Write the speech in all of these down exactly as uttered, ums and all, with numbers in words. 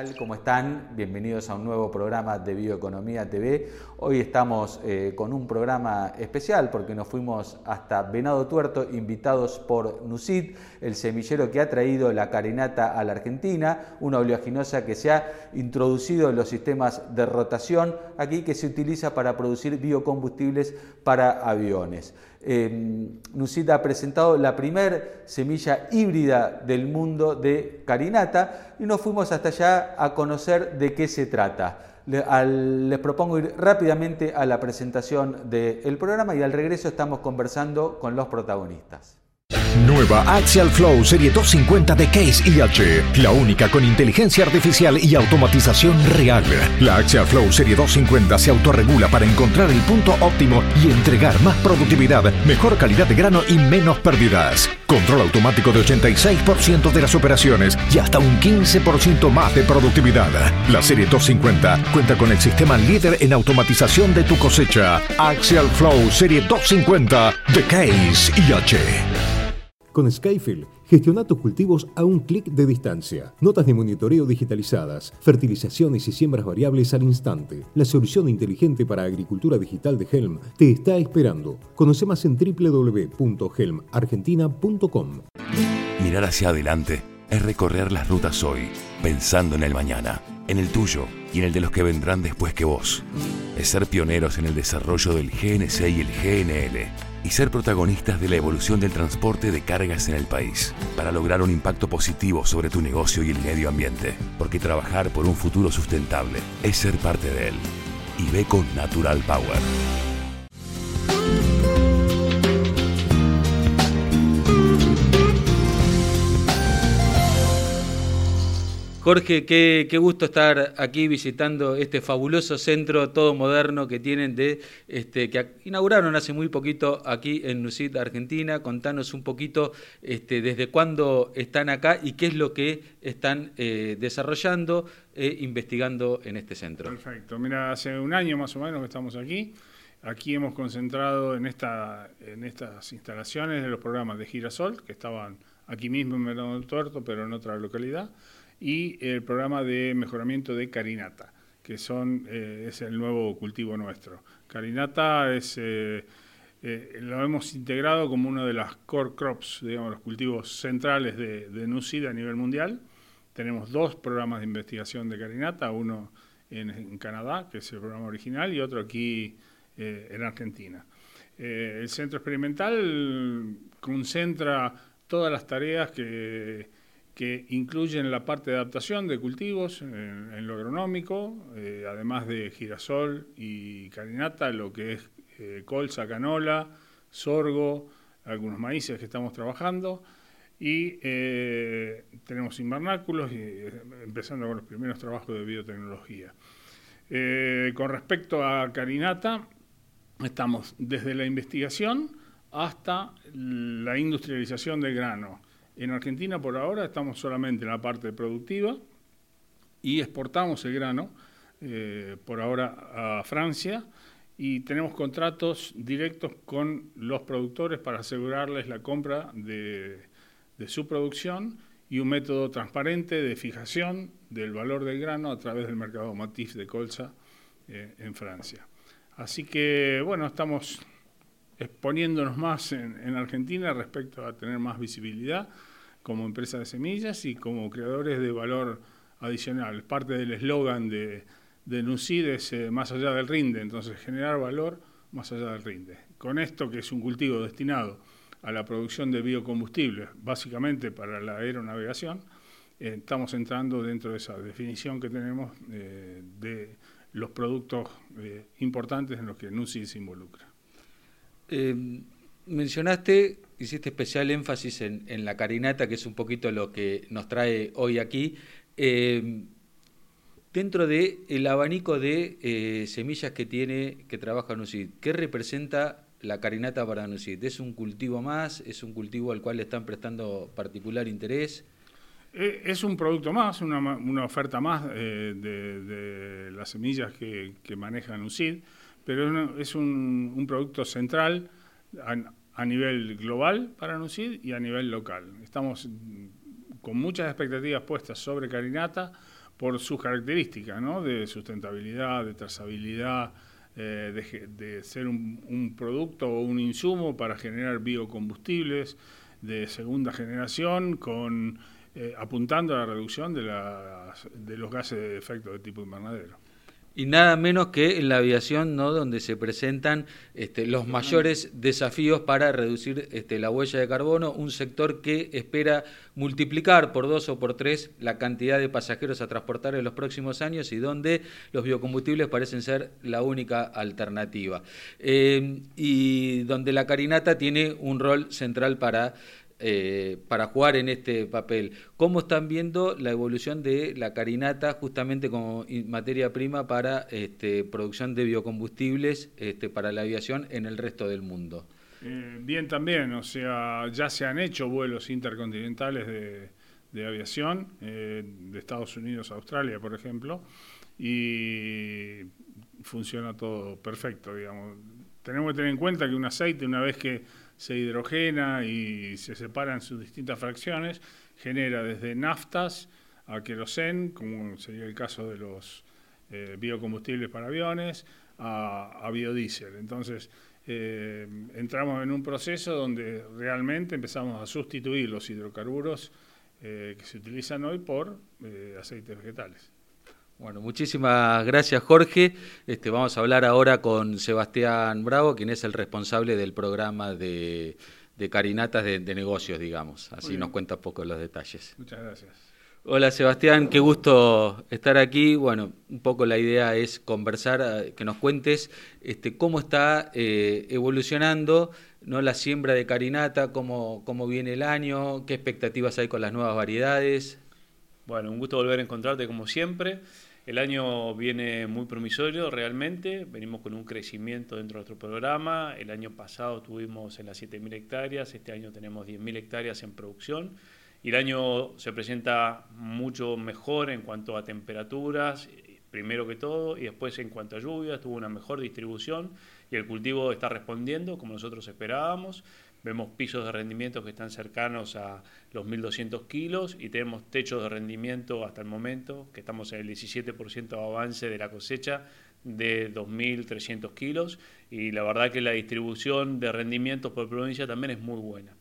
tal? ¿Cómo están? Bienvenidos a un nuevo programa de Bioeconomía T V. Hoy estamos eh, con un programa especial porque nos fuimos hasta Venado Tuerto, invitados por Nucid, el semillero que ha traído la carinata a la Argentina, una oleaginosa que se ha introducido en los sistemas de rotación aquí, que se utiliza para producir biocombustibles para aviones. Eh, Nucid ha presentado la primer semilla híbrida del mundo de carinata y nos fuimos hasta allá a conocer de qué se trata. Le, al, les propongo ir rápidamente a la presentación del programa y al regreso estamos conversando con los protagonistas. Nueva Axial Flow Serie doscientos cincuenta de Case I H, la única con inteligencia artificial y automatización real. La Axial Flow Serie doscientos cincuenta se autorregula para encontrar el punto óptimo y entregar más productividad, mejor calidad de grano y menos pérdidas. Control automático de ochenta y seis por ciento de las operaciones y hasta un quince por ciento más de productividad. La Serie doscientos cincuenta cuenta con el sistema líder en automatización de tu cosecha. Axial Flow Serie doscientos cincuenta de Case I H. Con Skyfield, gestiona tus cultivos a un clic de distancia. Notas de monitoreo digitalizadas, fertilizaciones y siembras variables al instante. La solución inteligente para agricultura digital de Helm te está esperando. Conoce más en doble u doble u doble u punto helm argentina punto com. Mirar hacia adelante es recorrer las rutas hoy, pensando en el mañana, en el tuyo y en el de los que vendrán después que vos. Es ser pioneros en el desarrollo del G N C y el G N L. Y ser protagonistas de la evolución del transporte de cargas en el país, para lograr un impacto positivo sobre tu negocio y el medio ambiente, porque trabajar por un futuro sustentable es ser parte de él. Iveco Natural Power. Jorge, qué, qué gusto estar aquí visitando este fabuloso centro todo moderno que tienen de este que inauguraron hace muy poquito aquí en Nucid, Argentina. Contanos un poquito este, desde cuándo están acá y qué es lo que están eh, desarrollando e investigando en este centro. Perfecto. Mira, hace un año más o menos que estamos aquí. Aquí hemos concentrado en, esta, en estas instalaciones de los programas de Girasol, que estaban aquí mismo en Venado Tuerto, pero en otra localidad, y el programa de mejoramiento de carinata, que son eh, es el nuevo cultivo nuestro. Carinata es eh, eh, lo hemos integrado como uno de las core crops, digamos, los cultivos centrales de, de Nucid a nivel mundial. Tenemos dos programas de investigación de carinata, uno en, en Canadá, que es el programa original, y otro aquí eh, en Argentina. Eh, el centro experimental concentra todas las tareas que que incluyen la parte de adaptación de cultivos en, en lo agronómico, eh, además de girasol y carinata, lo que es eh, colza, canola, sorgo, algunos maíces que estamos trabajando, y eh, tenemos invernáculos, y, eh, empezando con los primeros trabajos de biotecnología. Eh, con respecto a carinata, estamos desde la investigación hasta la industrialización del grano. En Argentina, por ahora, estamos solamente en la parte productiva y exportamos el grano, eh, por ahora, a Francia, y tenemos contratos directos con los productores para asegurarles la compra de, de su producción y un método transparente de fijación del valor del grano a través del mercado Matif de colza eh, en Francia. Así que, bueno, estamos exponiéndonos más en, en Argentina respecto a tener más visibilidad como empresa de semillas y como creadores de valor adicional. Parte del eslogan de, de Nucid es eh, más allá del rinde, entonces generar valor más allá del rinde. Con esto, que es un cultivo destinado a la producción de biocombustibles, básicamente para la aeronavegación, eh, estamos entrando dentro de esa definición que tenemos eh, de los productos eh, importantes en los que Nucid se involucra. Eh, mencionaste, hiciste especial énfasis en, en la carinata, que es un poquito lo que nos trae hoy aquí. Eh, dentro del abanico de eh, semillas que tiene, que trabaja Nucid, ¿qué representa la carinata para Nucid? ¿Es un cultivo más? ¿Es un cultivo al cual le están prestando particular interés? Es un producto más, una, una oferta más eh, de, de las semillas que, que maneja Nucid, pero es, una, es un, un producto central a, a nivel global para Nucid y a nivel local. Estamos con muchas expectativas puestas sobre carinata por sus características, ¿no? De sustentabilidad, de trazabilidad, eh, de, de ser un, un producto o un insumo para generar biocombustibles de segunda generación, con eh, apuntando a la reducción de, las, de los gases de efecto de tipo invernadero. Y nada menos que en la aviación, ¿no? Donde se presentan este, los mayores desafíos para reducir este, la huella de carbono, un sector que espera multiplicar por dos o por tres la cantidad de pasajeros a transportar en los próximos años y donde los biocombustibles parecen ser la única alternativa. Eh, y donde la carinata tiene un rol central para Eh, para jugar en este papel. ¿Cómo están viendo la evolución de la carinata justamente como materia prima para este, producción de biocombustibles este, para la aviación en el resto del mundo? Eh, bien también, o sea, ya se han hecho vuelos intercontinentales de, de aviación, eh, de Estados Unidos a Australia, por ejemplo, y funciona todo perfecto, digamos. Tenemos que tener en cuenta que un aceite, una vez que se hidrogena y se separan sus distintas fracciones, genera desde naftas a querosén, como sería el caso de los eh, biocombustibles para aviones, a, a biodiesel. Entonces, eh, entramos en un proceso donde realmente empezamos a sustituir los hidrocarburos eh, que se utilizan hoy por eh, aceites vegetales. Bueno, muchísimas gracias, Jorge. Este, vamos a hablar ahora con Sebastián Bravo, quien es el responsable del programa de, de carinatas de, de negocios, digamos. Así nos cuenta un poco los detalles. Muchas gracias. Hola, Sebastián, qué gusto estar aquí. Bueno, un poco la idea es conversar, que nos cuentes este, cómo está eh, evolucionando, ¿no? La siembra de carinata, cómo, cómo viene el año, qué expectativas hay con las nuevas variedades. Bueno, un gusto volver a encontrarte como siempre. El año viene muy promisorio realmente, venimos con un crecimiento dentro de nuestro programa. El año pasado tuvimos en las siete mil hectáreas, este año tenemos diez mil hectáreas en producción. Y el año se presenta mucho mejor en cuanto a temperaturas, primero que todo, y después en cuanto a lluvias, tuvo una mejor distribución y el cultivo está respondiendo como nosotros esperábamos. Vemos pisos de rendimiento que están cercanos a los mil doscientos kilos y tenemos techos de rendimiento hasta el momento, que estamos en el diecisiete por ciento de avance de la cosecha de dos mil trescientos kilos y la verdad que la distribución de rendimientos por provincia también es muy buena.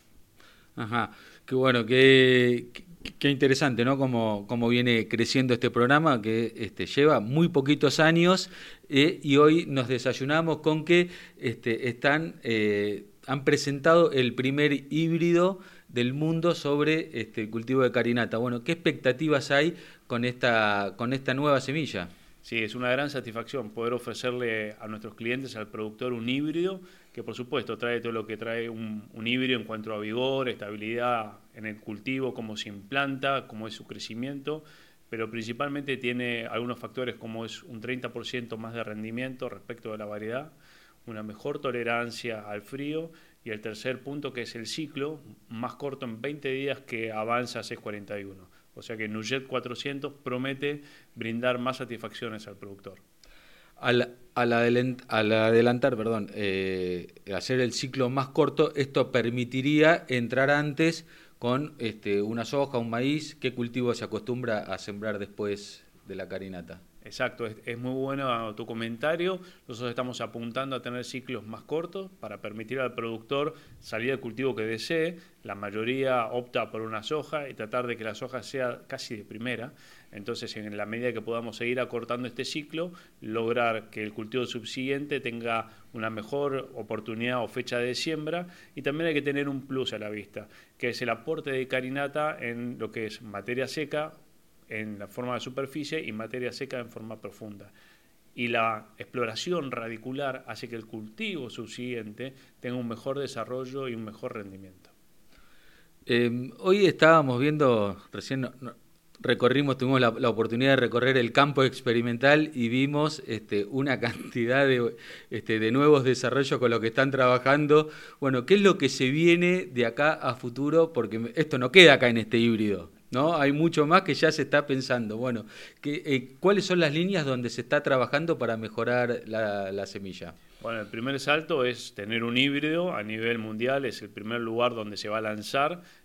Ajá, qué bueno, qué, qué interesante, ¿no? Cómo, cómo viene creciendo este programa que este, lleva muy poquitos años eh, y hoy nos desayunamos con que este, están... Eh, han presentado el primer híbrido del mundo sobre este, el cultivo de carinata. Bueno, ¿qué expectativas hay con esta, con esta nueva semilla? Sí, es una gran satisfacción poder ofrecerle a nuestros clientes, al productor, un híbrido que por supuesto trae todo lo que trae un, un híbrido en cuanto a vigor, estabilidad en el cultivo, cómo se implanta, cómo es su crecimiento, pero principalmente tiene algunos factores como es un treinta por ciento más de rendimiento respecto de la variedad, una mejor tolerancia al frío y el tercer punto que es el ciclo, más corto en veinte días que avanza a seis cuarenta y uno. O sea que Nujet cuatrocientos promete brindar más satisfacciones al productor. Al, al, adelant, al adelantar, perdón, eh, hacer el ciclo más corto, esto permitiría entrar antes con este, una soja, un maíz. ¿Qué cultivo se acostumbra a sembrar después de la carinata? Exacto, es, es muy bueno tu comentario. Nosotros estamos apuntando a tener ciclos más cortos para permitir al productor salir al cultivo que desee. La mayoría opta por una soja y tratar de que la soja sea casi de primera. Entonces, en la medida que podamos seguir acortando este ciclo, lograr que el cultivo subsiguiente tenga una mejor oportunidad o fecha de siembra. Y también hay que tener un plus a la vista, que es el aporte de carinata en lo que es materia seca, en la forma de superficie y materia seca en forma profunda. Y la exploración radicular hace que el cultivo subsiguiente tenga un mejor desarrollo y un mejor rendimiento. Eh, hoy estábamos viendo, recién no, no, recorrimos, tuvimos la, la oportunidad de recorrer el campo experimental y vimos este, una cantidad de, este, de nuevos desarrollos con los que están trabajando. Bueno, ¿qué es lo que se viene de acá a futuro? Porque esto no queda acá en este híbrido, ¿no? Hay mucho más que ya se está pensando. Bueno, que, eh, ¿cuáles son las líneas donde se está trabajando para mejorar la, la semilla? Bueno, el primer salto es tener un híbrido a nivel mundial, es el primer lugar donde se va a lanzar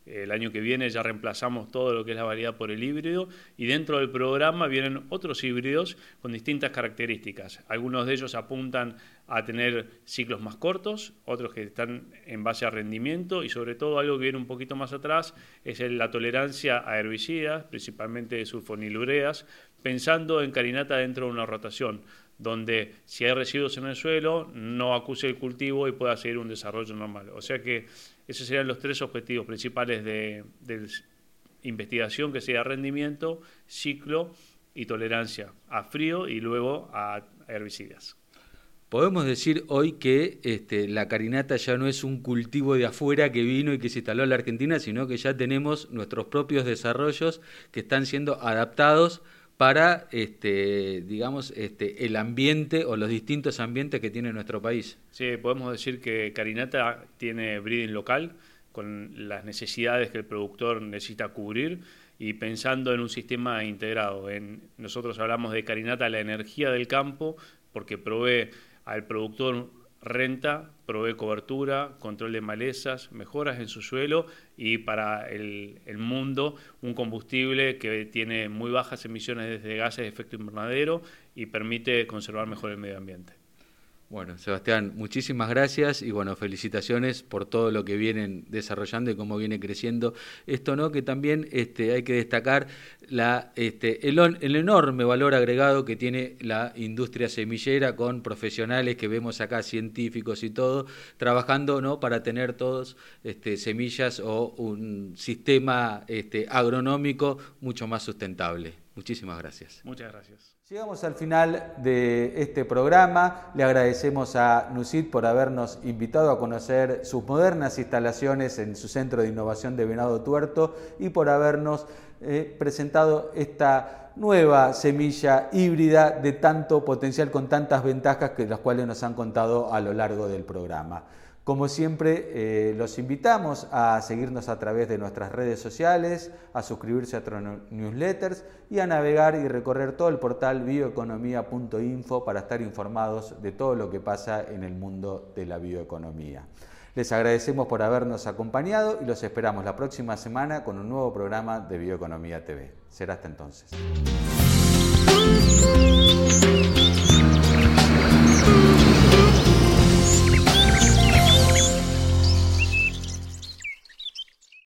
El año que viene ya reemplazamos todo lo que es la variedad por el híbrido y dentro del programa vienen otros híbridos con distintas características. Algunos de ellos apuntan a tener ciclos más cortos, otros que están en base a rendimiento y sobre todo algo que viene un poquito más atrás es la tolerancia a herbicidas, principalmente sulfonilureas, pensando en carinata dentro de una rotación, donde si hay residuos en el suelo no acuse el cultivo y pueda seguir un desarrollo normal. O sea que esos serían los tres objetivos principales de, de investigación, que sería rendimiento, ciclo y tolerancia a frío y luego a herbicidas. Podemos decir hoy que este, la carinata ya no es un cultivo de afuera que vino y que se instaló en la Argentina, sino que ya tenemos nuestros propios desarrollos que están siendo adaptados para, este, digamos, este, el ambiente o los distintos ambientes que tiene nuestro país. Sí, podemos decir que carinata tiene breeding local, con las necesidades que el productor necesita cubrir y pensando en un sistema integrado. En, nosotros hablamos de carinata, la energía del campo, porque provee al productor renta, provee cobertura, control de malezas, mejoras en su suelo y para el, el mundo un combustible que tiene muy bajas emisiones de gases de efecto invernadero y permite conservar mejor el medio ambiente. Bueno, Sebastián, muchísimas gracias y bueno, felicitaciones por todo lo que vienen desarrollando y cómo viene creciendo esto, ¿no? Que también este, hay que destacar la, este, el, el enorme valor agregado que tiene la industria semillera con profesionales que vemos acá, científicos y todo, trabajando, ¿no? Para tener todos este, semillas o un sistema este, agronómico mucho más sustentable. Muchísimas gracias. Muchas gracias. Llegamos al final de este programa. Le agradecemos a Nucid por habernos invitado a conocer sus modernas instalaciones en su Centro de Innovación de Venado Tuerto y por habernos eh, presentado esta nueva semilla híbrida de tanto potencial con tantas ventajas que las cuales nos han contado a lo largo del programa. Como siempre, eh, los invitamos a seguirnos a través de nuestras redes sociales, a suscribirse a nuestros newsletters y a navegar y recorrer todo el portal bioeconomía punto info para estar informados de todo lo que pasa en el mundo de la bioeconomía. Les agradecemos por habernos acompañado y los esperamos la próxima semana con un nuevo programa de Bioeconomía T V. Será hasta entonces. Thank you.